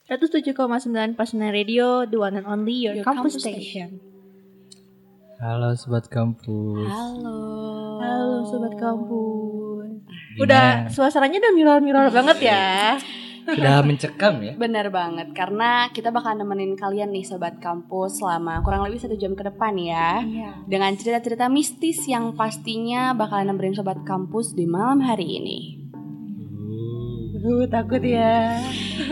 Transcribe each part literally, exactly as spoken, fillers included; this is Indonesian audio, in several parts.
seratus tujuh koma sembilan Passion Radio, the one and only your, your campus, campus station. Halo Sobat Kampus. Halo. Halo Sobat Kampus. Gimana? Udah suasananya udah miral-miral banget ya. Sudah mencekam ya. Benar banget, karena kita bakal nemenin kalian nih Sobat Kampus selama kurang lebih satu jam ke depan ya. Iya. Dengan cerita-cerita mistis yang pastinya bakalan nemenin Sobat Kampus di malam hari ini. Uh, takut ya.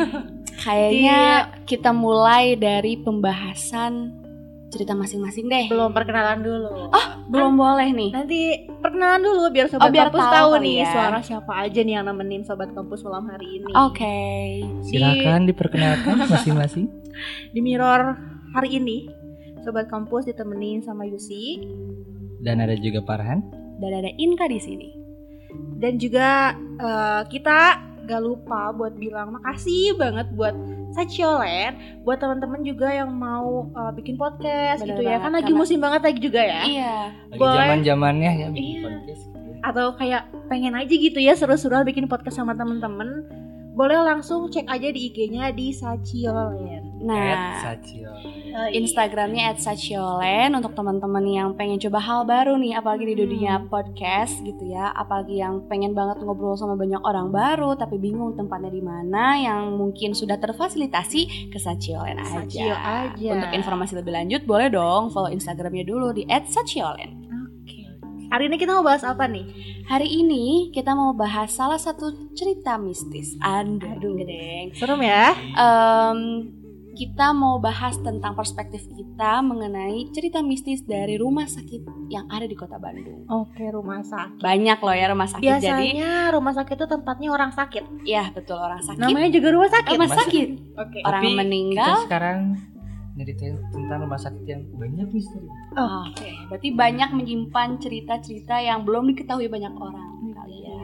Kayaknya kita mulai dari pembahasan cerita masing-masing deh. Belum perkenalan dulu. Oh, belum kan boleh nih. Nanti perkenalan dulu biar Sobat oh, biar Kampus tahu nih ya. Suara siapa aja nih yang nemenin Sobat Kampus malam hari ini. Oke. Okay. Silakan diperkenalkan masing-masing. Di Mirror hari ini Sobat Kampus ditemenin sama Yusi. Dan ada juga Farhan. Dan ada Inka di sini. Dan juga uh, kita gak lupa buat bilang makasih banget buat Saciolen, buat teman-teman juga yang mau uh, bikin podcast. Bener gitu ya, kan lagi musim banget lagi juga ya. Iya. Lagi zaman-zamannya ya bikin iya. podcast. Gitu. Atau kayak pengen aja gitu ya seru-seru bikin podcast sama teman-teman, boleh langsung cek aja di I G-nya di Saciolen. Nah, Saciolen. Instagramnya at Saciolen untuk teman-teman yang pengen coba hal baru nih, apalagi di dunia hmm. podcast gitu ya, apalagi yang pengen banget ngobrol sama banyak orang baru tapi bingung tempatnya di mana, yang mungkin sudah terfasilitasi ke Saciolen aja. Sacil aja. Untuk informasi lebih lanjut boleh dong follow Instagramnya dulu di at Saciolen. Hari ini kita mau bahas apa nih? Hari ini kita mau bahas salah satu cerita mistis. Aduh, gedeng. Serem ya? Um, kita mau bahas tentang perspektif kita mengenai cerita mistis dari rumah sakit yang ada di kota Bandung. Oke, rumah sakit. Banyak loh ya rumah sakit. Biasanya jadi rumah sakit itu tempatnya orang sakit. Iya, betul, orang sakit. Namanya juga rumah sakit. Rumah sakit. Oke. Orang Tapi meninggal. Kita sekarang nyeritain tentang rumah sakit yang banyak misteri. Oh, Oke, okay. Berarti banyak menyimpan cerita-cerita yang belum diketahui banyak orang kali ya.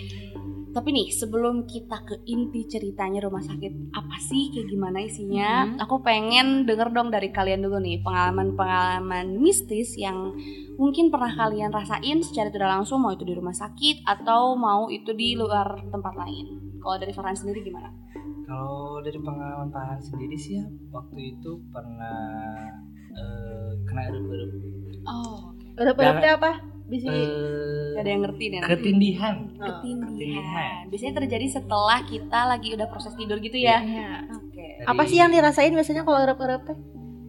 Tapi nih, sebelum kita ke inti ceritanya rumah sakit apa sih, kayak gimana isinya, mm-hmm. aku pengen denger dong dari kalian dulu nih pengalaman-pengalaman mistis yang mungkin pernah kalian rasain secara tidak langsung, mau itu di rumah sakit atau mau itu di luar tempat lain. Kalau dari Farhan sendiri gimana? Kalau dari pengalaman Farhan sendiri sih ya, waktu itu pernah uh, kena erup-erup. Oh, okay. Erup-erupnya apa? Bisa uh, ada yang ngerti nih. Ketindihan. Oh. Ketindihan. Ketindihan. Biasanya terjadi setelah kita lagi udah proses tidur gitu ya. Iya. Oke. Okay. Apa sih yang dirasain biasanya kalau erup-erup teh?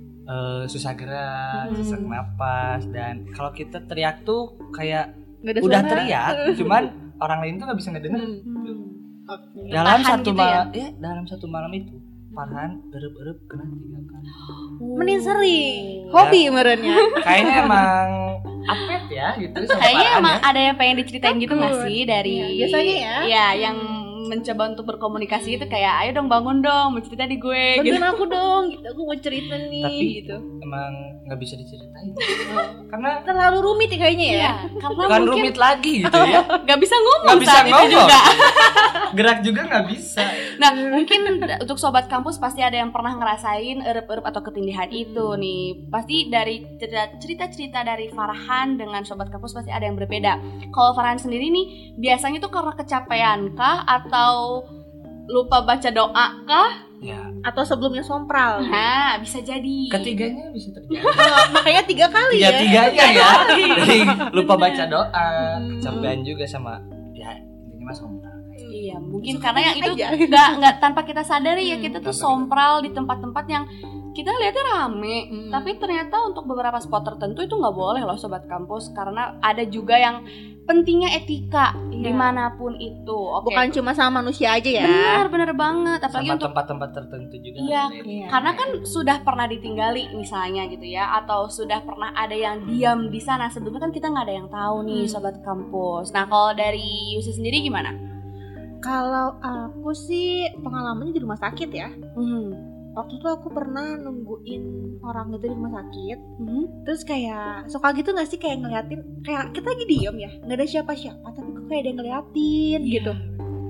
Uh, susah gerak, hmm. sesak napas, dan kalau kita teriak tuh kayak udah suara. Teriak, cuman orang lain tuh nggak bisa ngedenger. Hmm. Okay. Dalam Tahan satu gitu malam, ya? ya dalam satu malam itu Farhan erup-erup kena tiga kali. Oh. Mending sering, hobi ya, merenya. Kayaknya emang apet ya gitu. Kayaknya emang ya. Ada yang pengen diceritain Takut. Gitu nggak sih dari? Ya, biasanya ya. Ya yang mencoba untuk berkomunikasi itu kayak ayo dong bangun dong mau cerita di gue. Bantuin gitu. aku dong, gitu. Aku mau cerita nih. Tapi gitu. emang nggak bisa diceritain karena terlalu rumit ya kayaknya ya. Iya, karena bukan mungkin rumit lagi gitu ya. Nggak bisa ngomong nggak bisa saat ngomong. itu juga. Gerak juga nggak bisa. Nah mungkin untuk sobat kampus pasti ada yang pernah ngerasain erup-erup atau ketindihan itu nih. Pasti dari cerita-cerita dari Farhan dengan sobat kampus pasti ada yang berbeda. Kalau Farhan sendiri nih biasanya tuh karena kecapean kah atau lupa baca doa kah? Ya. Atau sebelumnya sompral? Nah bisa jadi. Ketiganya bisa terjadi. Oh, makanya tiga kali tiga ya. Tiga-tiganya ya. Jadi lupa baca doa, kecapean juga sama ya intinya mas sompral. Iya, mungkin karena yang itu nggak nggak tanpa kita sadari ya kita tuh sompral di tempat-tempat yang kita lihatnya rame, hmm. tapi ternyata untuk beberapa spot tertentu itu nggak boleh loh sobat kampus karena ada juga yang pentingnya etika iya. dimanapun itu. Okay. Bukan cuma sama manusia aja ya. Benar, benar banget. Apalagi sama untuk tempat-tempat tertentu juga. Iya, iya, karena kan sudah pernah ditinggali misalnya gitu ya, atau sudah pernah ada yang diam di sana sebelumnya kan kita nggak ada yang tahu nih hmm. sobat kampus. Nah kalau dari Yusi sendiri gimana? Kalau aku sih pengalamannya di rumah sakit ya. Hmm. Waktu itu aku pernah nungguin orang gitu di rumah sakit. Hmm. Terus kayak suka gitu nggak sih kayak ngeliatin kayak kita lagi diem ya, nggak ada siapa-siapa tapi kok kayak ada yang ngeliatin yeah. gitu.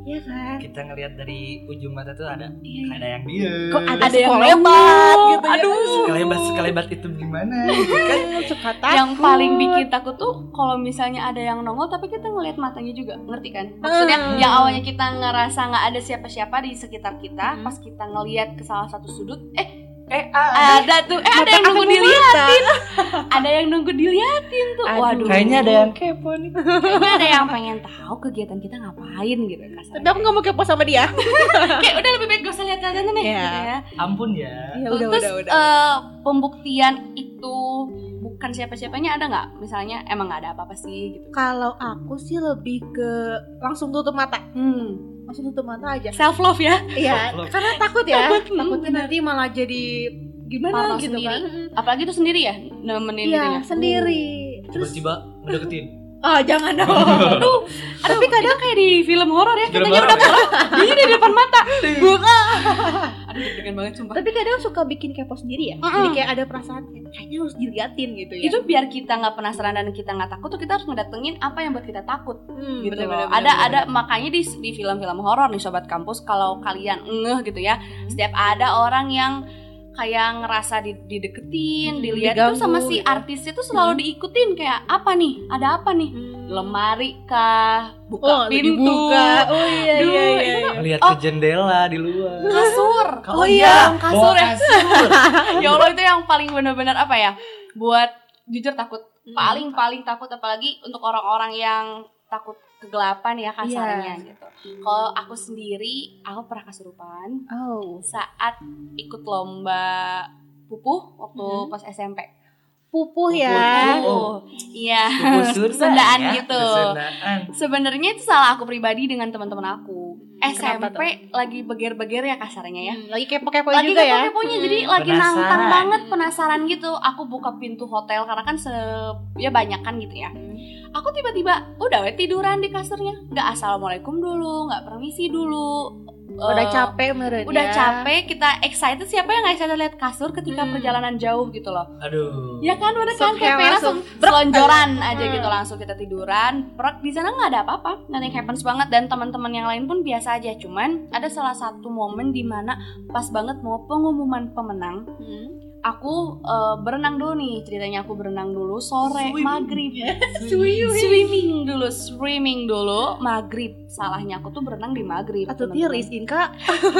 Iya kan? Kita ngelihat dari ujung mata tuh ada Iya. ada yang diem. Kok ada, Ada yang sekelebat gitu ya? Aduh. Sekelebat sekelebat itu gimana gitu kan? Suka takut. Yang paling bikin takut tuh kalau misalnya ada yang nongol tapi kita ngelihat matanya juga, ngerti kan? Maksudnya Hmm. yang awalnya kita ngerasa nggak ada siapa-siapa di sekitar kita, Hmm. pas kita ngelihat ke salah satu sudut, eh Eh ah, ada tuh, eh ada Mata yang nunggu ketemu diliatin, ada yang nunggu diliatin tuh. Aduh. Waduh. kayaknya ada yang kepo nih. Kayaknya ada yang pengen tahu kegiatan kita ngapain gitu kasarnya. Tapi aku gak mau kepo sama dia. Kayak udah lebih baik gak usah lihat kalian nih. Iya. Gitu ya. Ampun ya. Ya udah Terus udah udah. eh, pembuktian itu bukan siapa-siapanya ada nggak? Misalnya emang nggak ada apa-apa sih gitu. Kalau aku sih lebih ke langsung tutup mata. Hmm. Langsung tutup mata aja. Self love ya. Iya, Self-love. karena takut ya. Takut, Takutnya bener. nanti malah jadi gimana Parno gitu sendiri. kan. Apalagi itu sendiri ya nemenin Iya, itunya. sendiri. Terus Tiba-tiba ngedeketin. oh, jangan dong. Aduh, tapi kadang kayak di film horor ya, Film kitanya horor udah ya? keluar, dia di depan mata. Bukan. Aduh, deg-degan banget sumpah. Tapi kadang suka bikin kepo sendiri ya. Mm-mm. Jadi kayak ada perasaan kayak, kayaknya harus diliatin gitu ya. Itu biar kita nggak penasaran dan kita nggak takut tuh kita harus ngedatengin apa yang buat kita takut. Hmm, Gitu bener-bener, loh. Ada bener-bener. ada makanya di di film-film horor nih sobat kampus, kalau kalian ngeh gitu ya, setiap ada orang yang kayak ngerasa di, dideketin, Hmm, dilihat diganggu tuh sama si gitu. artisnya tuh selalu diikutin kayak apa nih? Ada apa nih? Hmm. Lemari kah? Oh, Buka pintu. dibuka. Oh iya Duh, iya itu iya. tuh iya. Ngeliat Oh. ke jendela di luar. Kasur. Oh iya, kasur bawa ya. kasur. Ya Allah, itu yang paling benar-benar apa ya? Buat jujur takut. Hmm. Paling paling takut, apalagi untuk orang-orang yang takut kegelapan ya kasarnya Iya. gitu. Kalau aku sendiri, aku pernah kesurupan Oh. saat ikut lomba pupuh waktu Hmm. pas S M P. Pupuh ya. Pupuh. Iya. Pupuh Sunda Sundaan ya, gitu. Sundaan. Sebenarnya itu salah aku pribadi dengan teman-teman aku. S M Kenapa P lagi beger-beger ya kasarnya ya. Hmm, lagi kepo-kepo Lagi juga ya. kepo-keponya, Hmm. jadi lagi Penasaran. nantang banget, penasaran gitu. Aku buka pintu hotel karena kan se ya banyak kan gitu ya. Aku tiba-tiba udah we tiduran di kasurnya, nggak assalamualaikum dulu, nggak permisi dulu. Udah Eh, capek meren udah ya. capek, kita excited. Siapa yang nggak excited lihat kasur ketika Hmm. perjalanan jauh gitu loh? Aduh. Ya kan, udah Langsung kan kayak kayak langsung langsung brek selonjoran aja. aja Hmm. gitu, langsung kita tiduran. Prok di sana nggak ada apa-apa, nothing happens banget, dan teman-teman yang lain pun biasa aja. Cuman ada salah satu momen di mana pas banget mau pengumuman pemenang. Hmm. Aku eh, berenang dulu nih, ceritanya aku berenang dulu sore Swimming. maghrib. Swimming. Swimming dulu, swimming dulu maghrib. Salahnya aku tuh berenang di maghrib. Atau teman-teman. tiris Inka.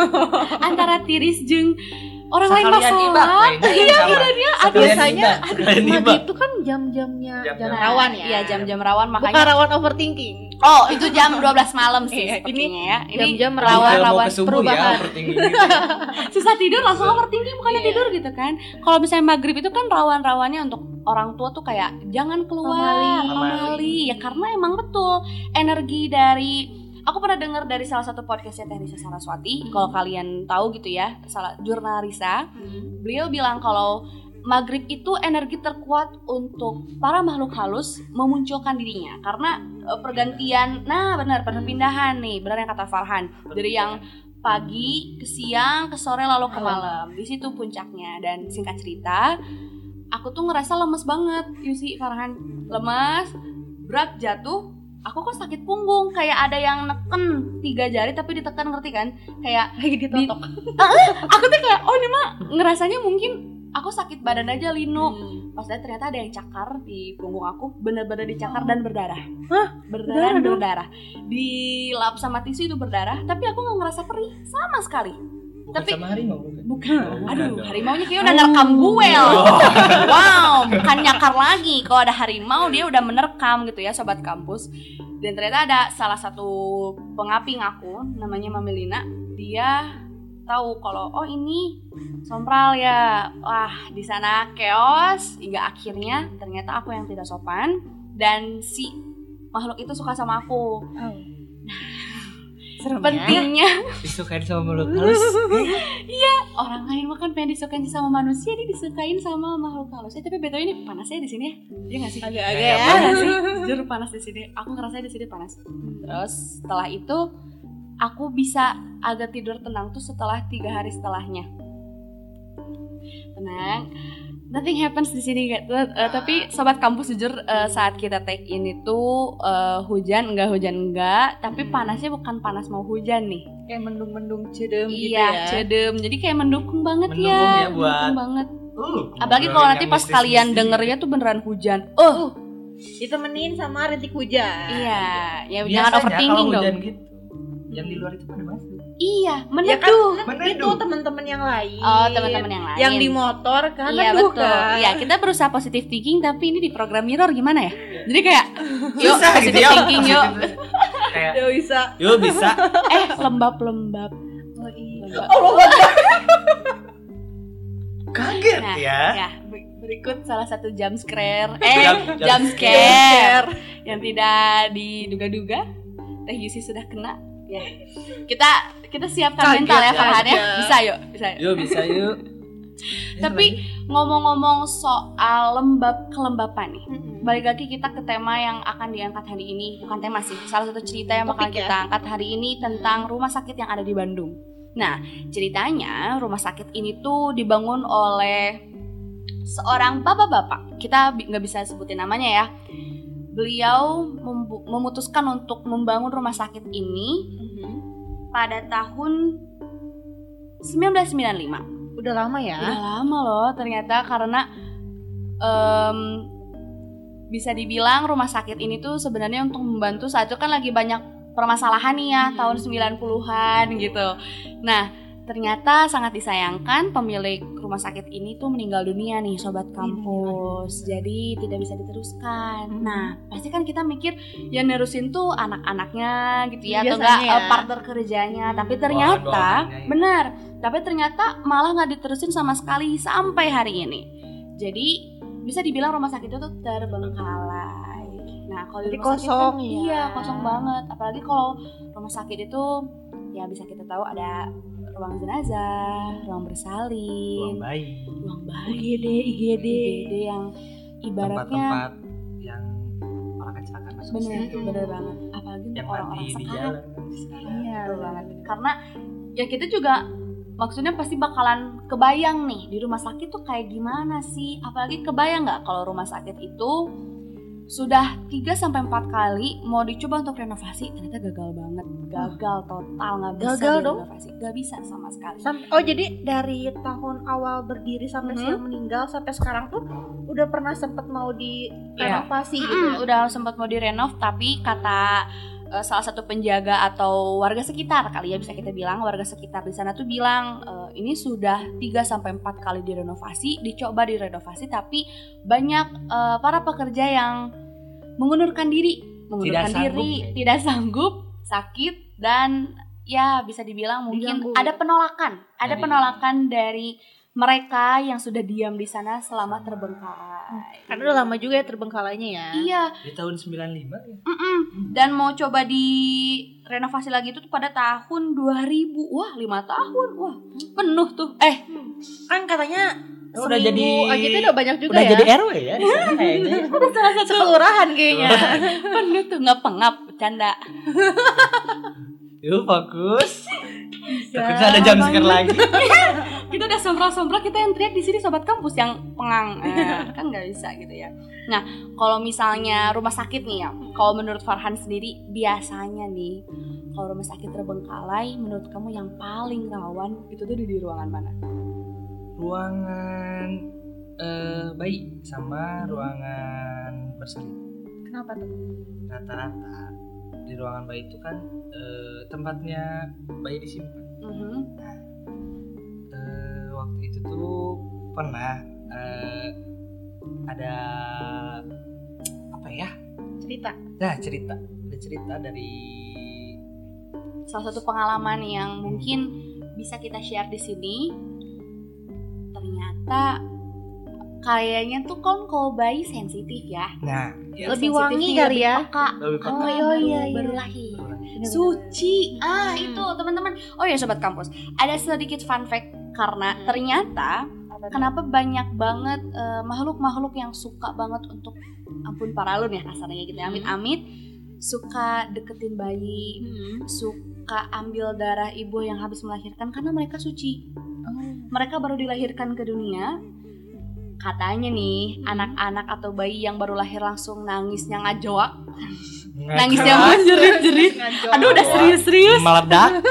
Antara tiris jeung orang lain Sekalian ibak, masalah. lainnya Iya sama. bener ya. Aduh, Sekalian biasanya ibak, sekalian ibak. Maghrib itu kan jam-jamnya Jam-jam jam Nah, rawan ya. Iya, jam-jam rawan, Bukan makanya. rawan overthinking. Oh, itu jam dua belas malam sih Iya, sepertinya ya. Ini jam-jam Kalau mau rawan-rawan ke subuh perubahan. ya, overthinking gitu. susah tidur langsung overthinking, bukannya Iya. tidur gitu kan. Kalau misalnya maghrib itu kan rawan-rawannya untuk orang tua tuh kayak jangan keluar, Pamali. pamali. Ya karena emang betul energi dari, aku pernah dengar dari salah satu podcastnya Teh Risa Saraswati. Hmm. Kalau kalian tahu gitu ya, salah jurnal Risa, beliau bilang kalau maghrib itu energi terkuat untuk para makhluk halus memunculkan dirinya karena e, pergantian, nah benar perpindahan nih, benar yang kata Farhan, dari yang pagi ke siang ke sore lalu ke malam, di situ puncaknya. Dan singkat cerita, aku tuh ngerasa lemes banget, Yusi, Farhan, lemes, berat, jatuh. Aku kok sakit punggung, kayak ada yang neken tiga jari tapi ditekan, ngerti kan? Kayak Lagi ditotok. aku tuh kayak oh ini mah ngerasanya mungkin aku sakit badan aja, linu. Hmm. Pas lihat ternyata ada yang cakar di punggung aku, bener-bener dicakar dan berdarah. Hah? Berdarah, Berdarah dong? berdarah. Dilap sama tisu itu berdarah, tapi aku nggak ngerasa perih sama sekali. Bukan Tapi- sama harimau bukan? Bukan. Oh, Aduh, bukan. harimaunya kayak udah nerekam gue loh. Wow, bukan nyakar lagi. Kalau ada harimau dia udah menerkam gitu ya, sobat kampus. Dan ternyata ada salah satu pengaping aku, namanya Mamelina. Dia tahu kalau oh ini sompral ya. Wah, di sana chaos hingga akhirnya ternyata aku yang tidak sopan dan si makhluk itu suka sama aku. Oh. Serem ya. Pentingnya Disukain sama makhluk halus. orang lain mah kan pengen disukain sama manusia, dia disukain sama makhluk halus. Eh tapi betul ini panasnya di sini ya? Iya nggak sih? Agak-agak Agak ya. Panas sih, jujur panas di sini. Aku ngerasa di sini panas. Terus setelah itu aku bisa agak tidur tenang tuh setelah tiga hari setelahnya. Tenang. nothing happens di sini kan. Uh, tapi sobat kampus jujur uh, saat kita take in itu uh, hujan enggak hujan enggak, tapi panasnya bukan panas mau hujan nih. Kayak mendung-mendung cedem gitu iya, ya. cedem. Jadi kayak mendukung banget mendukung ya. ya buat mendukung banget. Uh, Apalagi kalau nanti pas kalian dengernya tuh beneran hujan. Oh, uh, ditemenin sama rintik hujan. Iya, ya biasanya jangan overthinking dong. Hujan gitu, yang di luar itu pada masuk. Iya, meneduh. Ya kan, itu teman-teman yang lain. Oh, teman-teman yang lain. Yang di motor kan iya, meneduh betul. kan. Iya, kita berusaha positive thinking tapi ini di program mirror gimana ya? Jadi kayak yuk susah positive gitu ya, thinking yuk. Kayak yuk bisa. Yuk bisa. eh, lembab-lembab. Oh iya. Lembab. Oh, kaget nah, ya. Ya, berikut salah satu jump scare. Eh, Jump- jump jump scare yang tidak diduga-duga. Teh Yusi sudah kena. Ya. Kita kita siapkan Kaget mental ya ya, Farhan ya. ya. Bisa yuk, bisa yuk. Yuk bisa yuk. Tapi ngomong-ngomong soal lembab kelembapan nih, Mm-mm. balik lagi kita ke tema yang akan diangkat hari ini. Bukan tema sih, salah satu cerita yang bakal Topik ya? kita angkat hari ini tentang rumah sakit yang ada di Bandung. Nah, ceritanya rumah sakit ini tuh dibangun oleh seorang bapak-bapak. Kita bi- nggak bisa sebutin namanya ya. Beliau membu- memutuskan untuk membangun rumah sakit ini Mhm. pada tahun sembilan belas sembilan puluh lima. Udah lama ya. Udah lama loh ternyata, karena um, bisa dibilang rumah sakit ini tuh sebenarnya untuk membantu saat itu kan lagi banyak permasalahan nih ya, Hmm. tahun sembilan puluhan gitu. Nah, ternyata sangat disayangkan pemilik rumah sakit ini tuh meninggal dunia nih sobat kampus. Jadi tidak bisa diteruskan. Hmm. Nah, pasti kan kita mikir yang nerusin tuh anak-anaknya gitu ya, atau Biasanya enggak ya. uh, partner kerjanya. Tapi Bawahan-bawahannya ternyata ya. benar. Tapi ternyata malah nggak diterusin sama sekali sampai hari ini. Jadi bisa dibilang rumah sakit itu tuh terbengkalai. Nah, kalau di Jadi rumah sakit kosong kan, ya. iya kosong banget. Apalagi kalau rumah sakit itu ya bisa kita tahu ada ruang jenazah, ruang bersalin, Ruang bayi. ruang bayi, I G D, I G D. I G D yang ibaratnya Tempat-tempat yang orang kecelakaan masuk bener, situ. bener banget. Apalagi untuk Yang orang-orang mati di sekarang. jalan. Iya, betul banget. Karena ya kita juga maksudnya pasti bakalan kebayang nih di rumah sakit tuh kayak gimana sih. Apalagi kebayang nggak kalau rumah sakit itu sudah tiga sampai empat kali mau dicoba untuk renovasi, ternyata gagal banget. Gagal total, nggak bisa Gagal dong? direnovasi. Nggak bisa sama sekali. Sam- oh jadi dari tahun awal berdiri sampai Mhm. siang meninggal sampai sekarang tuh udah pernah sempat mau direnovasi gitu Mm, ya? udah sempat mau direnov, tapi kata uh, salah satu penjaga atau warga sekitar kali ya bisa kita bilang, warga sekitar di sana tuh bilang uh, ini sudah tiga sampai empat kali direnovasi, dicoba direnovasi, tapi banyak uh, para pekerja yang mengundurkan diri, mengundurkan Tidak diri, sanggup. tidak sanggup, sakit, dan ya bisa dibilang mungkin Diganggu. ada penolakan, ada Dari- penolakan dari mereka yang sudah diam di sana selama terbengkalai. Karena udah lama juga ya terbengkalainya ya. Iya, Di tahun sembilan puluh lima ya. mm-mm. Dan mau coba direnovasi lagi itu tuh pada tahun dua ribu. Wah, lima tahun. Wah, penuh tuh. Eh, Kan katanya Oh, udah seminggu jadi- aja tuh udah banyak juga Udah ya. jadi R W ya di sana kayaknya. udah salah satu Kelurahan kayaknya. penuh tuh, nggak pengap, bercanda. Yuk fokus. Ya, Takutnya ada jam scare lagi. Kita udah sombra-sombra, kita yang teriak di sini sobat kampus yang pengang. Eh, kan nggak bisa gitu ya. Nah, kalau misalnya rumah sakit nih ya, kalau menurut Farhan sendiri biasanya nih, kalau rumah sakit terbengkalai, menurut kamu yang paling rawan itu tuh di ruangan mana? Ruangan eh, bayi sama ruangan bersalin. Kenapa tuh? Rata-rata di ruangan bayi itu kan eh, tempatnya bayi disimpan. Mhm. Eh, waktu itu tuh pernah eh, ada apa ya? Cerita. Nah cerita, ada cerita dari Salah satu pengalaman yang mungkin bisa kita share di sini. Ternyata kayaknya tuh kan kalau bayi sensitif ya. nah ya, Lebih Sensitifnya wangi kali lebih ya. peka. lebih Karena Oh, iya, baru- iya, iya. baru lahir. Bener-bener. Suci. Ah, Hmm. itu teman-teman. Oh ya sobat kampus, ada sedikit fun fact karena Hmm. ternyata Apa tuh? kenapa banyak banget eh, makhluk-makhluk yang suka banget untuk ampun paralun ya kasarnya gitu ya, Hmm. amit-amit suka deketin bayi, Hmm. suka ambil darah ibu yang habis melahirkan karena mereka suci. Oh. Mereka baru dilahirkan ke dunia, katanya nih hmm. anak-anak atau bayi yang baru lahir langsung nangisnya ngajoak, nangisnya menjerit-jerit, aduh udah serius-serius, meledak,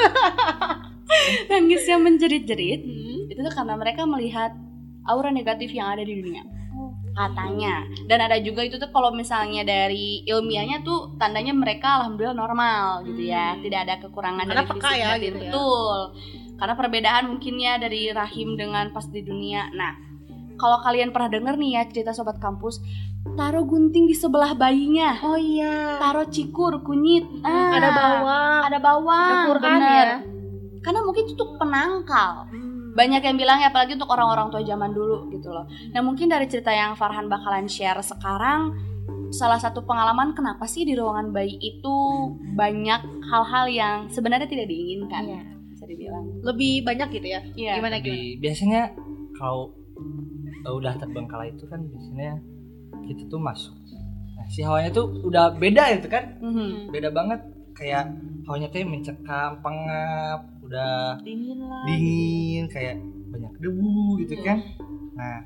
nangisnya menjerit-jerit, hmm. itu tuh karena mereka melihat aura negatif yang ada di dunia. Katanya. Dan ada juga itu tuh kalau misalnya dari ilmiahnya tuh tandanya mereka alhamdulillah normal gitu ya, hmm. tidak ada kekurangan karena dari fisik ya, gitu betul ya. Karena perbedaan mungkinnya dari rahim dengan pas di dunia. Nah kalau kalian pernah denger nih ya cerita sobat kampus, taruh gunting di sebelah bayinya, oh iya, taruh cikur kunyit, ah, ada bawang, ada bawang, bener ya. Karena mungkin itu tuh penangkal. Banyak yang bilang ya, apalagi untuk orang-orang tua zaman dulu gitu loh. Nah mungkin dari cerita yang Farhan bakalan share sekarang, salah satu pengalaman kenapa sih di ruangan bayi itu banyak hal-hal yang sebenarnya tidak diinginkan, iya. bisa dibilang lebih banyak gitu ya, iya. gimana gimana? Lebih, biasanya kalau uh, udah terbengkalai itu kan biasanya kita tuh masuk, nah si hawanya tuh udah beda itu kan, mm-hmm. beda banget, kayak hawanya tuh mencekam, pengap, udah dingin lah, dingin kayak banyak debu gitu kan. Nah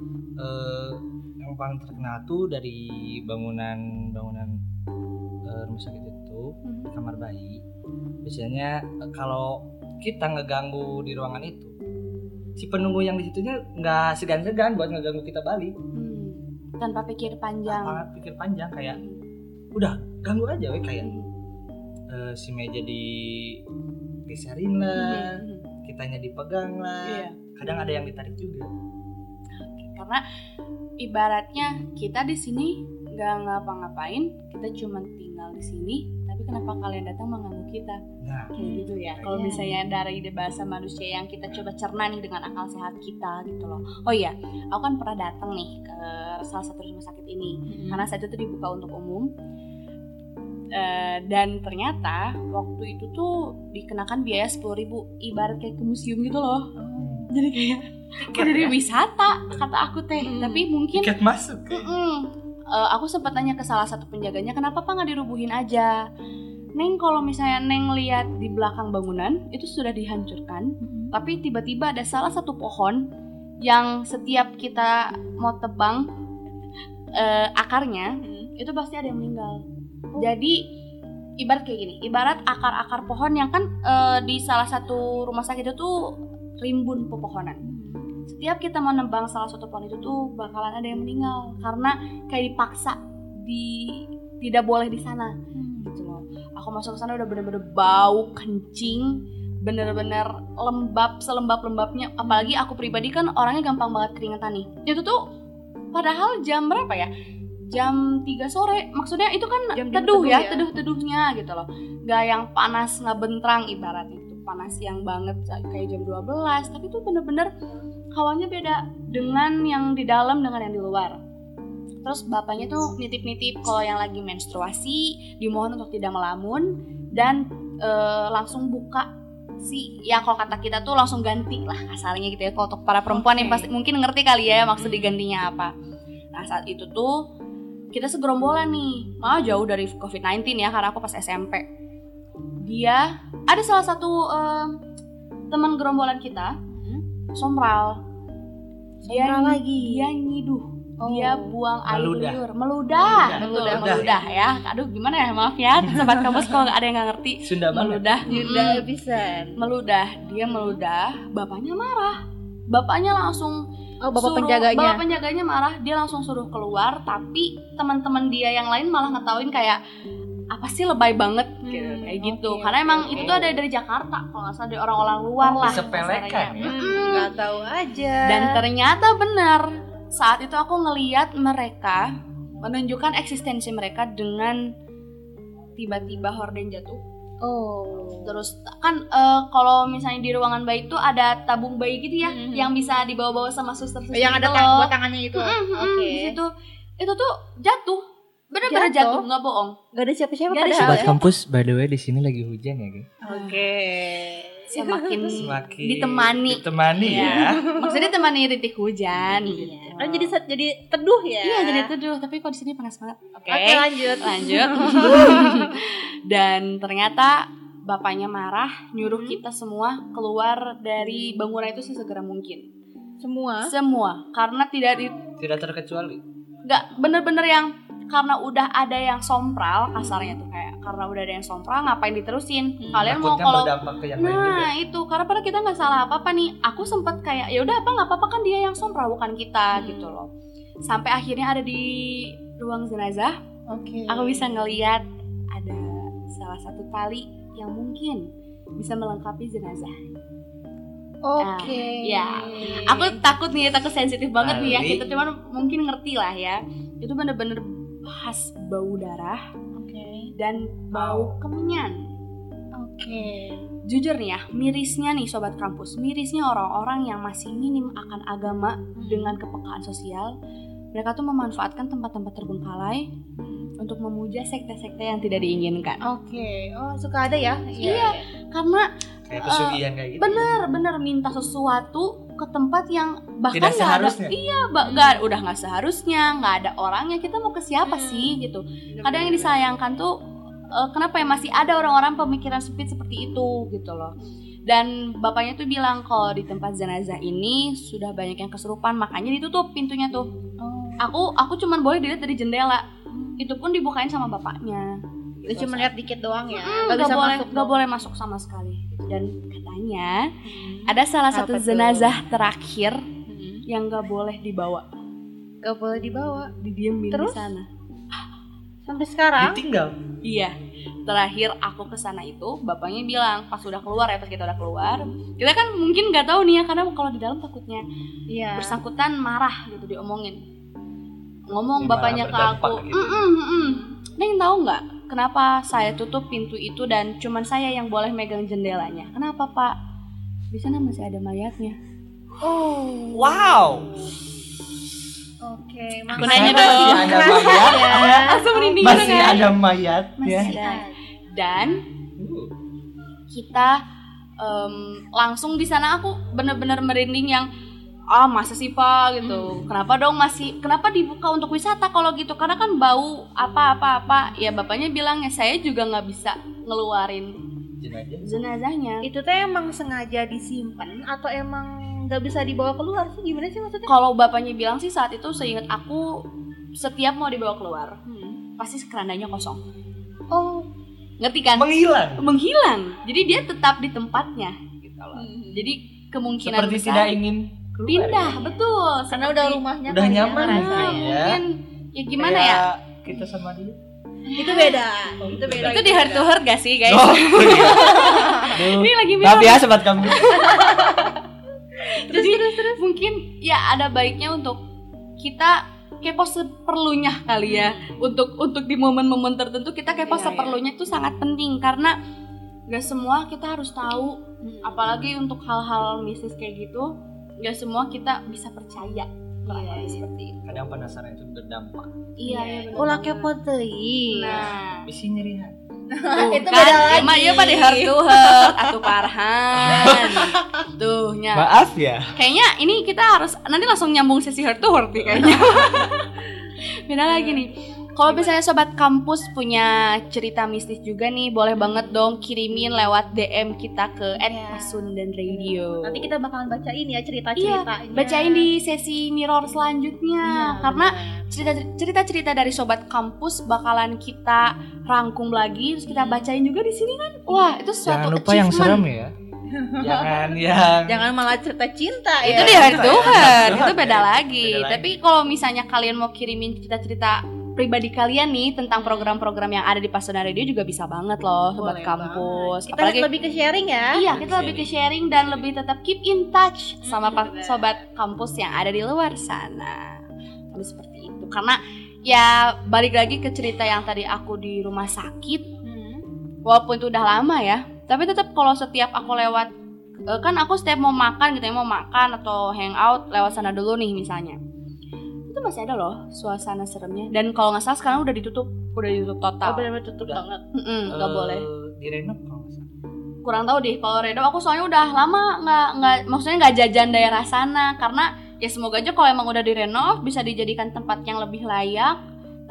eh, yang paling terkenal tuh dari bangunan bangunan eh, rumah sakit itu di kamar bayi, biasanya eh, kalau kita ngeganggu di ruangan itu, si penunggu yang di situnya nggak segan-segan buat ngeganggu kita balik, hmm. tanpa pikir panjang, tanpa pikir panjang kayak udah ganggu aja we, kayak hmm. uh, si meja di geserin lah, mm-hmm. kitanya dipegang lah, yeah. kadang ada yang ditarik juga. Karena ibaratnya kita di sini nggak ngapa-ngapain, kita cuma tinggal di sini, tapi kenapa kalian datang mengganggu kita? Nah, kayak gitu ya. Kalau yeah. misalnya dari bahasa manusia yang kita coba cerna nih dengan akal sehat kita gitu loh. Oh iya, aku kan pernah datang nih ke salah satu rumah sakit ini, mm-hmm. karena saat itu dibuka untuk umum. Uh, dan ternyata waktu itu tuh dikenakan biaya sepuluh ribu, ibarat kayak ke museum gitu loh. Oh. Jadi kayak kayak dari wisata kata aku teh, hmm. tapi mungkin tiket masuk. Uh, aku sempat tanya ke salah satu penjaganya, kenapa Pak nggak dirubuhin aja? Neng kalau misalnya Neng lihat di belakang bangunan itu sudah dihancurkan, hmm. tapi tiba-tiba ada salah satu pohon yang setiap kita mau tebang uh, akarnya, hmm. itu pasti ada yang meninggal. Jadi ibarat kayak gini, ibarat akar-akar pohon yang kan e, di salah satu rumah sakit itu tuh rimbun pepohonan. Setiap kita mau nembang salah satu pohon itu tuh bakalan ada yang meninggal karena kayak dipaksa di tidak boleh di sana. Hmm. Gitu loh. Aku masuk ke sana udah bener-bener bau kencing, bener-bener lembab selembab-lembabnya. Apalagi aku pribadi kan orangnya gampang banget keringetan nih. Itu tuh padahal jam berapa ya? Jam tiga sore, maksudnya itu kan jam teduh, teduh ya, ya, teduh-teduhnya gitu loh. Gak yang panas ngebentrang ibaratnya itu, panas yang banget kayak jam dua belas, tapi itu bener-bener hawanya beda dengan yang di dalam dengan yang di luar. Terus bapaknya tuh nitip-nitip kalau yang lagi menstruasi dimohon untuk tidak melamun dan e, langsung buka si, ya kalau kata kita tuh langsung ganti lah kasarnya gitu ya. Kalau untuk para perempuan okay. yang pasti mungkin ngerti kali ya maksud digantinya apa. Nah saat itu tuh kita segerombolan nih, malah jauh dari covid sembilan belas ya, karena aku pas S M P. Dia, ada salah satu um, teman gerombolan kita, hmm? Sombral. Dia Sombral lagi. Dia nyiduh, oh. dia buang air meludah. liur, meludah, meludah. betul, meludah. meludah ya. Aduh gimana ya, maaf ya, sobat kampus kalau nggak ada yang nggak ngerti. Sunda meludah, Sunda pisan. Meludah, dia meludah, bapaknya marah, bapaknya langsung. Oh, bapak suruh, penjaganya. Bapak penjaganya marah, dia langsung suruh keluar, tapi teman-teman dia yang lain malah ngetawain kayak apa sih lebay banget hmm, gitu, kayak okay, gitu. Karena emang okay. itu tuh ada dari Jakarta, kalau nggak salah dari orang-orang luar oh, lah. Sepelekan ya. Nggak hmm, tahu aja. Dan ternyata benar. Saat itu aku ngelihat mereka menunjukkan eksistensi mereka dengan tiba-tiba horden jatuh. Oh, terus kan uh, kalau misalnya di ruangan bayi itu ada tabung bayi gitu ya, mm-hmm. yang bisa dibawa-bawa sama suster-suster yang gitu ada tang- buat tangannya itu. Mm-hmm. Oke. Okay. Itu itu tuh jatuh, benar-benar jatuh, nggak bohong. Gak ada siapa-siapa. Gak ada Sobat ya? Kampus, by the way di sini lagi hujan ya, guys. Oke. Okay. Semakin, Semakin ditemani. Ditemani ya. ya. Maksudnya ditemani rintik hujan. Gitu. Oh, jadi jadi teduh ya? Iya, jadi teduh. Tapi kok di sini panas banget. Oke, okay. okay, lanjut. Lanjut. Dan ternyata bapaknya marah, nyuruh hmm. kita semua keluar dari bangunan itu sesegera mungkin. Semua? Semua, karena tidak di, tidak terkecuali. Nggak bener-bener yang karena udah ada yang sompral kasarnya tuh kayak karena udah ada yang sompral ngapain diterusin? Hmm. Kalian Takutnya mau kalau berdampak ke yang nah lain juga. itu karena padahal kita nggak salah apa-apa nih. Aku sempet kayak ya udah apa nggak apa-apa kan dia yang sompral bukan kita hmm. gitu loh. Sampai akhirnya ada di ruang jenazah. Oke. Okay. Aku bisa ngelihat ada salah satu tali yang mungkin bisa melengkapi jenazah. Oke. Okay. Nah, ya, aku takut nih, takut sensitif banget tali. Nih ya. Kita cuman mungkin ngerti lah ya. Itu bener-bener khas bau darah, okay. dan bau kemenyan. Oke. Okay. Jujur nih ya, mirisnya nih sobat kampus, mirisnya orang-orang yang masih minim akan agama hmm. dengan kepekaan sosial. Mereka tuh memanfaatkan tempat-tempat terbengkalai untuk memuja sekte-sekte yang tidak diinginkan. Oke, okay. Oh suka ada ya? Iya, iya. Karena kayak pesugihan uh, kayak gitu. Bener-bener minta sesuatu ke tempat yang bahkan tidak seharusnya. Ada, iya, ba- gak, udah nggak seharusnya, nggak ada orangnya. Kita mau ke siapa hmm. sih gitu? Kadang yang disayangkan tuh uh, kenapa ya masih ada orang-orang pemikiran sempit seperti itu gitu loh. Dan bapaknya tuh bilang kalau di tempat jenazah ini sudah banyak yang kesurupan, makanya ditutup pintunya tuh. Oh. Aku aku cuman boleh dilihat dari jendela. Itu pun dibukain sama bapaknya. Itu cuma lihat dikit doang ya. Hmm, gak, gak bisa boleh, masuk. Gak boleh masuk sama sekali. Dan katanya hmm. ada salah satu Apa jenazah tuh? terakhir hmm. yang gak boleh dibawa. Gak boleh dibawa. Didiemin di sana. Sampai sekarang? Ditinggal. Iya. Terakhir aku kesana itu bapaknya bilang pas udah keluar ya pas kita udah keluar. Kita kan mungkin nggak tahu nih ya karena kalau di dalam takutnya yeah. bersangkutan marah gitu diomongin. Ngomong bapaknya ke aku. Gitu. Mm mm mm. Neng tahu nggak kenapa saya tutup pintu itu dan cuman saya yang boleh megang jendelanya? Kenapa Pak? Di sana masih ada mayatnya. Oh. Wow. Oke, aku nanya dong. Masih ada mayat ya. Langsung merinding Masih kan? ada mayat Masih ya. ada. Dan kita um, langsung di sana aku benar-benar merinding yang ah masa sih Pak gitu. Hmm. Kenapa dong masih kenapa dibuka untuk wisata kalau gitu? Karena kan bau apa-apa-apa. Ya bapaknya bilang ya saya juga nggak bisa ngeluarin jenazah. jenazahnya. Itu tuh emang sengaja disimpan atau emang nggak bisa dibawa keluar sih, gimana sih maksudnya? Kalau bapaknya bilang sih saat itu seingat aku setiap mau dibawa keluar hmm. pasti kerandanya kosong. Oh, ngerti kan? Menghilang. Menghilang. Jadi dia tetap di tempatnya gitu loh. Hmm. Jadi kemungkinan seperti besar tidak ingin keluar, pindah, ya? Betul. Karena udah rumahnya udah nyaman ya. ya. Mungkin ya gimana kayak ya? Kita sama dia. Itu beda. Oh, itu beda. Itu di heart to heart gak sih, guys? Oh, ini lagi maaf ya sobat kami. Terus, terus terus mungkin ya ada baiknya untuk kita kepo seperlunya kali ya. Hmm. Untuk untuk di momen-momen tertentu kita kepo ya, seperlunya itu ya. Sangat penting karena gak semua kita harus tahu, hmm. apalagi untuk hal-hal mistis kayak gitu, gak semua kita bisa percaya. Iya, iya. Seperti itu. Kadang penasaran itu berdampak. Iya, iya benar. Ulah kepo teuing. Nah, bisi nyerihan. Itu kan, beda lagi. Emang iya pada heart to heart atau Farhan. Tuh, nya. Maaf ya. Kayaknya ini kita harus nanti langsung nyambung sesi heart to heart nih kayaknya. Beda lagi nih. Kalau misalnya sobat kampus punya cerita mistis juga nih, boleh banget dong kirimin lewat D M kita ke et pasundan radio. Nanti kita bakalan bacain ya cerita-ceritanya. Iya, bacain di sesi mirror selanjutnya. Iya, karena cerita-cerita dari sobat kampus bakalan kita rangkum lagi, terus kita bacain juga di sini kan. Wah, itu suatu jangan lupa achievement. Yang serem ya. Jangan yang jangan malah cerita cinta ya. Itu di heart to heart, itu beda lagi. Beda lagi. Tapi kalau misalnya kalian mau kirimin cerita-cerita pribadi kalian nih tentang program-program yang ada di Pasundan Radio juga bisa banget loh sobat boleh kampus. Banget. Kita Apalagi, lebih ke sharing ya. Iya, kita lebih ke sharing dan lebih tetap keep in touch hmm, sama bener. sobat kampus yang ada di luar sana. Tapi seperti itu. Karena ya balik lagi ke cerita yang tadi aku di rumah sakit. Hmm. Walaupun itu udah lama ya, tapi tetap kalau setiap aku lewat kan aku setiap mau makan gitu ya, mau makan atau hangout lewat sana dulu nih misalnya. Itu masih ada loh suasana seremnya. Dan kalau nggak salah sekarang udah ditutup, udah ditutup total. Oh, benar-benar tutup udah. banget. Nggak uh, boleh. Direnov kalau nggak salah. Kurang tahu deh kalau renov. Aku soalnya udah lama nggak nggak, maksudnya nggak jajan daerah sana karena ya semoga aja kalau emang udah direnov bisa dijadikan tempat yang lebih layak.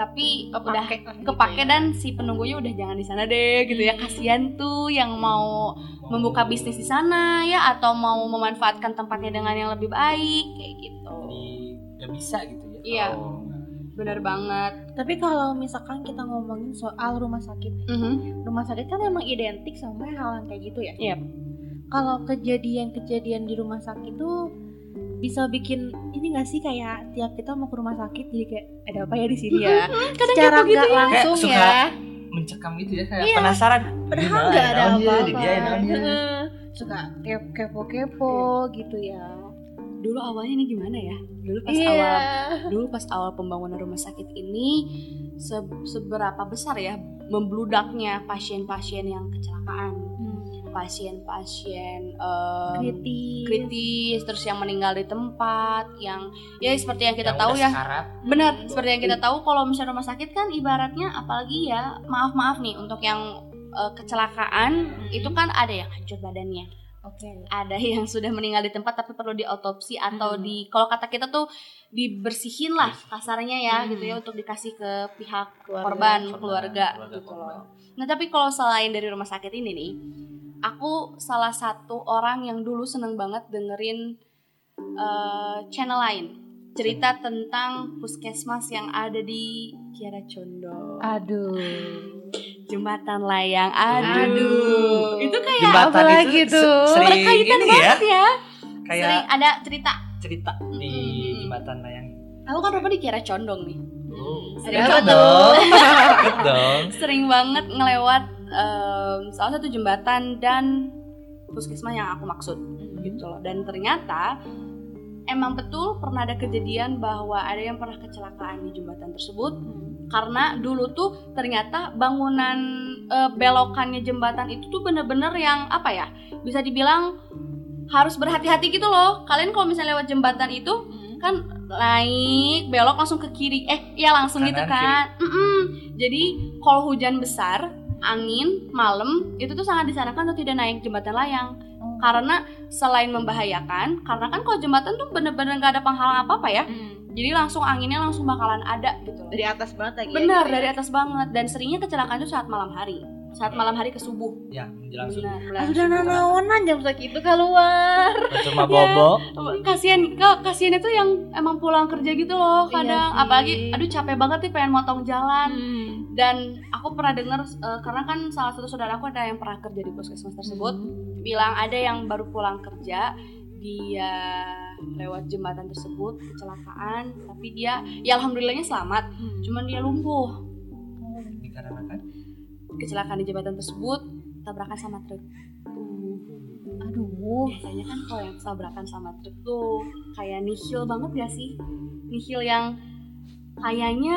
tapi kepake, udah gitu kepake ya. Dan si penunggunya udah jangan di sana deh gitu ya. Kasihan tuh yang mau membuka bisnis di sana ya, atau mau memanfaatkan tempatnya dengan yang lebih baik kayak gitu. Jadi nggak bisa gitu ya. Iya. Oh. Benar banget. Tapi kalau misalkan kita ngomongin soal rumah sakit, Mm-hmm. rumah sakit kan emang identik sama hal yang kayak gitu ya. Yep. Kalau kejadian-kejadian di rumah sakit tuh bisa bikin ini nggak sih, kayak tiap kita mau ke rumah sakit jadi kayak ada apa ya di sini ya? Kadang Secara gitu nggak ya. langsung Kayak suka ya. mencekam gitu ya, kayak Iya. penasaran. Padahal nggak ada apa-apa. Di dia namanya. Suka kepo-kepo gitu ya. Dulu awalnya ini gimana ya? Dulu pas Iya. awal dulu pas awal pembangunan rumah sakit ini se- seberapa besar ya membludaknya pasien-pasien yang kecelakaan, pasien-pasien um, Kritis. kritis, terus yang meninggal di tempat, yang ya seperti yang kita Yang tahu udah ya. sekarat. Benar, seperti yang kita tahu kalau misalnya rumah sakit kan ibaratnya, apalagi ya maaf-maaf nih untuk yang uh, kecelakaan itu kan ada yang hancur badannya. Oke. Ada yang sudah meninggal di tempat tapi perlu diotopsi atau di, kalau kata kita tuh dibersihin lah kasarnya ya Hmm. gitu ya, untuk dikasih ke pihak Keluarga. korban, Korban, keluarga, keluarga gitu korban. loh. Nah tapi kalau selain dari rumah sakit ini nih, aku salah satu orang yang dulu seneng banget dengerin uh, channel lain, cerita tentang puskesmas yang ada di Kiara Condong. Aduh. Jembatan layang, aduh, Aduh. itu kayak Jembatan apa lagi itu tuh? se- sering berkaitan ini banget ya, ya. kayak Sering ada cerita. cerita di Mm-mm. jembatan layang. Aku kan rumah di Kiara Condong nih. Oh, Sering deket banget. dong, deket dong. Sering banget ngelewat em, salah satu jembatan dan puskesmas yang aku maksud gitu loh. Dan ternyata emang betul pernah ada kejadian bahwa ada yang pernah kecelakaan di jembatan tersebut. Karena dulu tuh ternyata bangunan e, belokannya jembatan itu tuh bener-bener yang apa ya, bisa dibilang harus berhati-hati gitu loh. Kalian kalau misalnya lewat jembatan itu kan naik belok langsung ke kiri, eh ya langsung Kanan, gitu kan. Mm-mm. Jadi kalau hujan besar, angin, malam itu tuh sangat disarankan untuk tidak naik jembatan layang. Karena selain membahayakan, karena kan kalau jembatan tuh bener-bener gak ada penghalang apa-apa ya. Jadi langsung anginnya langsung bakalan ada gitu loh. Dari atas banget lagi. Benar, ya, gitu dari ya. atas banget. Dan seringnya kecelakaan itu saat malam hari. Saat malam hari ke subuh. Ya, menjelang subuh. Benar, Ah, menjelang sudah subuh. nanaonan jam segitu keluar. Cuma bobo. Kasian, kak, kasian itu yang emang pulang kerja gitu loh Iya kadang. sih. Apalagi, aduh capek banget nih pengen motong jalan. Hmm. Dan aku pernah dengar uh, karena kan salah satu saudara aku ada yang pernah kerja di puskesmas tersebut, bilang ada yang baru pulang kerja, dia lewat jembatan tersebut kecelakaan, tapi dia ya alhamdulillahnya selamat, Hmm. cuman dia lumpuh. Dikarenakan Kecelakaan di jembatan tersebut tabrakan sama truk. Uh, Aduh. biasanya kan kalau yang tabrakan sama truk tuh kayak nihil banget gak sih? Nihil yang kayaknya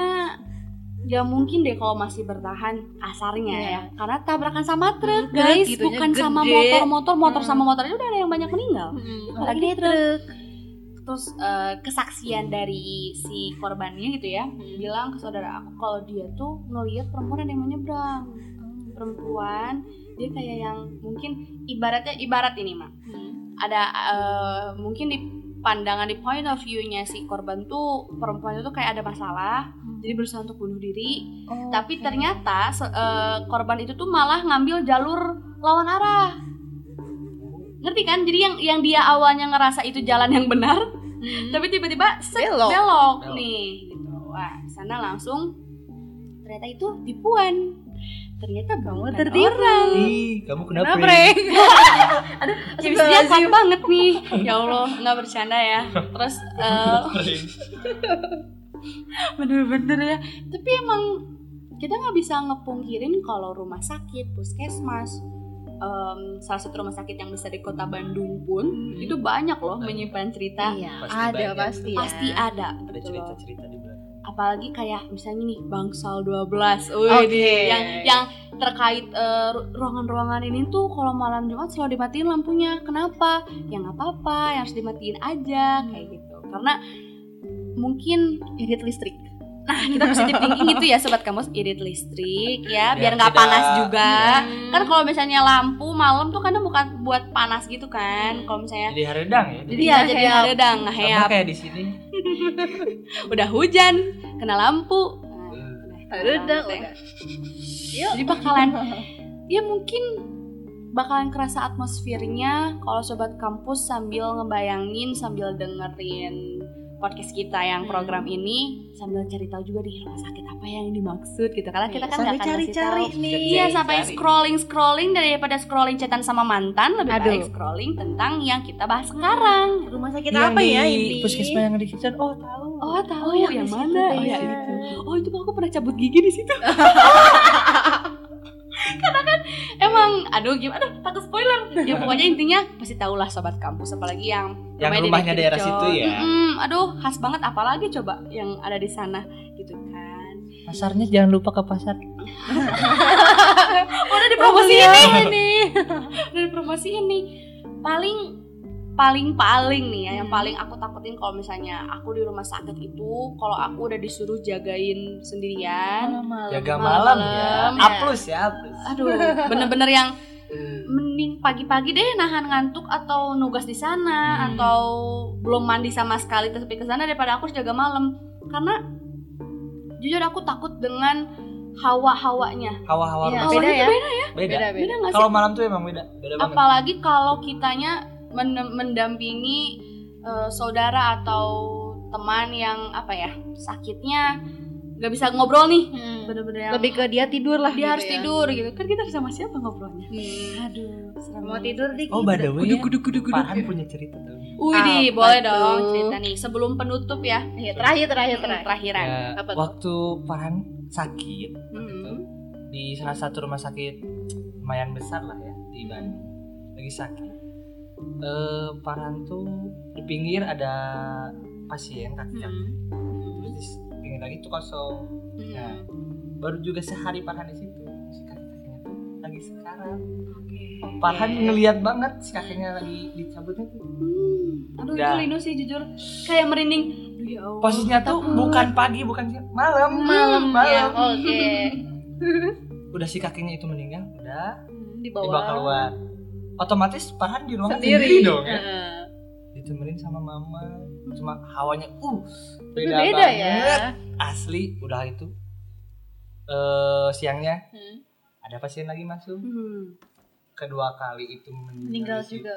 gak mungkin deh kalau masih bertahan kasarnya Iya. ya, karena tabrakan sama truk Truk guys, gitunya bukan sama gede. motor-motor, motor Hmm. sama motor aja udah ada yang banyak meninggal. Hmm. Apalagi Apalagi truk. Terus eh, kesaksian dari si korbannya gitu ya, Hmm. bilang ke saudara aku kalau dia tuh ngelihat perempuan ada yang mau nyebrang. Perempuan dia kayak yang mungkin ibaratnya ibarat ini mah ada eh, mungkin di pandangan di point of view-nya si korban tuh perempuan itu kayak ada masalah, jadi berusaha untuk bunuh diri. Oh, Tapi oke. ternyata se- eh, korban itu tuh malah ngambil jalur lawan arah. Ngerti kan? Jadi yang yang dia awalnya ngerasa itu jalan yang benar, Hmm. tapi tiba-tiba set, Belok. belok, Belok. nih gitu. Wah, sana langsung ternyata itu tipuan. Ternyata Kamu bukan tertipu. orang. ih, kamu kenapa? Kenapa, Ri? Re? Chemistry-nya kuat banget nih. Ya Allah, nggak bercanda ya. Terus eh, bener-bener ya. Tapi emang kita nggak bisa ngepungkirin kalau rumah sakit, puskesmas, em, salah satu rumah sakit yang besar di kota Bandung pun Hmm. itu banyak loh menyimpan cerita. Iya, Pasti ada banyak. pasti ya. Pasti ada, Ada gitu loh. cerita-cerita di belakang. Apalagi kayak misalnya nih Bangsal dua belas, Wih, Oke. nih, yang yang terkait eh, ru- ruangan-ruangan ini tuh kalau malam Jumat selalu dimatiin lampunya. Kenapa? Ya nggak apa-apa, yang harus dimatiin aja kayak gitu. Karena mungkin irit listrik. Nah, kita positive thinking gitu ya sobat kamus, irit listrik ya, biar Biar nggak tidak- panas juga. Hmm. Kan kalau misalnya lampu malam tuh kadang bukan buat panas gitu kan. Kalau misalnya Jadi haredang ya. Jadi iya nggak jadi heap. haredang, sama ngeheap. kayak di sini. Udah hujan, kena lampu. Nah, Udah, udah. Yuk. Jadi bakalan ya mungkin bakalan kerasa atmosfernya kalau sobat kampus sambil ngebayangin, sambil dengerin podcast kita yang program hmm. ini, sambil cari tahu juga di rumah sakit apa yang dimaksud gitu. Karena kita kan nggak akan cari-cari nih. Iya, sampai scrolling scrolling daripada scrolling chatan sama mantan, lebih Aduh. baik scrolling tentang yang kita bahas sekarang. Rumah sakit yang apa ya ini? Puskesmas yang di kitchen. Oh tahu. Oh tahu oh, yang, yang mana? Oh ya itu. Oh itu aku pernah cabut gigi di situ. Karena kan emang aduh gimana aduh takut spoiler ya pokoknya intinya pasti tahulah sobat kampus apalagi yang yang rumahnya di daerah situ ya. Mm-mm, aduh khas banget apalagi coba yang ada di sana gitu kan. Pasarnya jangan lupa ke pasar. Udah dipromosiin oh, nih. Udah dipromosiin nih. Paling paling paling nih ya hmm. yang paling aku takutin kalau misalnya aku di rumah sakit itu kalau aku udah disuruh jagain sendirian malam-malam. Jaga malam, malam ya A plus ya A plus. Aduh bener-bener yang mending pagi-pagi deh nahan ngantuk atau nugas di sana hmm. atau belum mandi sama sekali tapi ke sana daripada aku harus jaga malam karena jujur aku takut dengan hawa-hawanya. Hawa-hawa ya, beda ya. Beda ya. Beda. Beda, beda nggak sih? Kalau malam tuh emang beda. Beda banget. Apalagi kalau kitanya mendampingi uh, saudara atau teman yang apa ya sakitnya nggak bisa ngobrol nih, hmm. bener-bener yang lebih ke dia tidur lah. Dia gitu harus ya. tidur gitu kan kita sama siapa ngobrolnya? Hmm. Aduh, mau tidur dikit. Oh by the way, Farhan punya cerita tuh. Wih, boleh tuh? dong cerita nih sebelum penutup ya. Ya, terakhir terakhir terakhir. Terakhiran. Ya, apa waktu Farhan sakit, hmm. gitu, di salah satu rumah sakit lumayan besar lah ya di Bandung, lagi sakit. Uh, Farhan tuh di pinggir ada pasien kaki-kaki, hmm. terus di pinggir lagi tuh kosong. Hmm. Nah, baru juga sehari Farhan di situ, si kaki-kakinya tuh lagi sekarang. Okay. Farhan okay. ngelihat banget si kakinya lagi dicabutnya tuh. Hmm. Aduh itu linu sih jujur, kayak merinding. Aduh, ya Allah. Posisinya tuh bukan pagi, bukan siang, malam, malam, malam. Ya, Oke. Okay. Udah si kakinya itu meninggal, udah dibawa, dibawa keluar. Otomatis Farhan di ruangan sendiri, sendiri dong ya. Uh. Ditemenin sama mama. Cuma hawanya uh beda, beda banget. Ya. Asli udah itu. Uh, siangnya hmm. ada pasien lagi masuk. Hmm. Kedua kali itu meninggal, meninggal juga.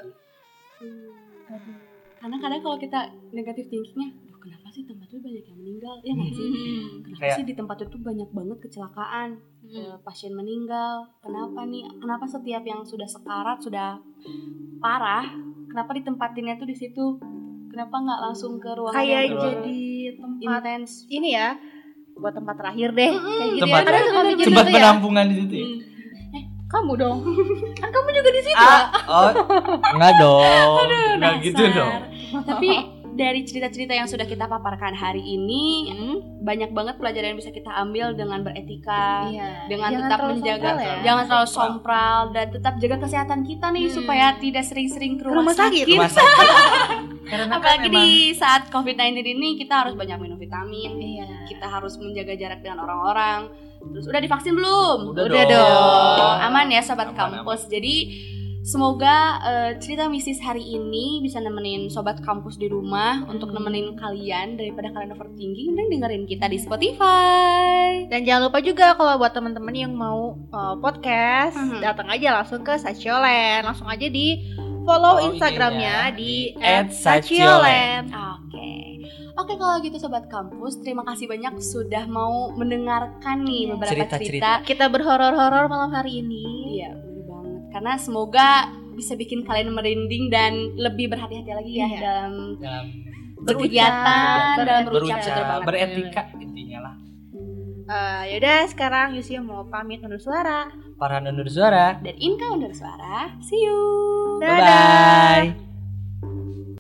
Hmm. Karena kadang kalau kita negatif thinkingnya, kenapa sih tempat itu banyak yang meninggal? Ya nggak sih? Hmm. Kenapa Kayak, sih di tempat itu banyak banget kecelakaan, hmm. e, pasien meninggal? Kenapa nih? Kenapa setiap yang sudah sekarat, sudah parah, kenapa ditempatinnya tuh di situ? Kenapa nggak langsung ke ruangan kayak yang jadi tempat intens? Ini ya, buat tempat terakhir deh. Mm-hmm. Kayak gitu tempat, ya. Tempat penampungan ya? Di situ. Ya? Hmm. Kamu dong. Kan kamu juga di situ. Ah, oh, enggak dong. Aduh, enggak gitu dong. Tapi dari cerita-cerita yang sudah kita paparkan hari ini, hmm, banyak banget pelajaran yang bisa kita ambil dengan beretika, iya. dengan jangan tetap menjaga, ya. jangan terlalu sompral dan tetap jaga kesehatan kita nih hmm. supaya tidak sering-sering ke rumah, rumah sakit. Rumah sakit. Karena apalagi kan di saat covid sembilan belas ini kita harus banyak minum vitamin, iya. kita harus menjaga jarak dengan orang-orang. Terus udah divaksin belum? Udah, udah dong. dong. Aman ya sobat aman, kampus. Aman. Jadi semoga uh, cerita mistis hari ini bisa nemenin sobat kampus di rumah hmm. untuk nemenin kalian daripada kalian overthinking dan dengerin kita di Spotify. Dan jangan lupa juga kalau buat teman-teman yang mau uh, podcast, hmm. datang aja langsung ke Saciolen. Langsung aja di follow oh, Instagramnya iya. di et saciolen. Oke. Oke kalau gitu sobat kampus, terima kasih banyak sudah mau mendengarkan nih beberapa cerita. cerita. Kita berhoror-horor malam hari ini. Iya, benar banget. Karena semoga bisa bikin kalian merinding dan lebih berhati-hati lagi ya iya. dalam, dalam berkegiatan, ber- dalam berucap, berucap beretika intinya lah. Uh, yaudah sekarang Yusia mau pamit undur suara. Farhan undur suara. Dan Inka undur suara. See you. Dadah. Bye bye.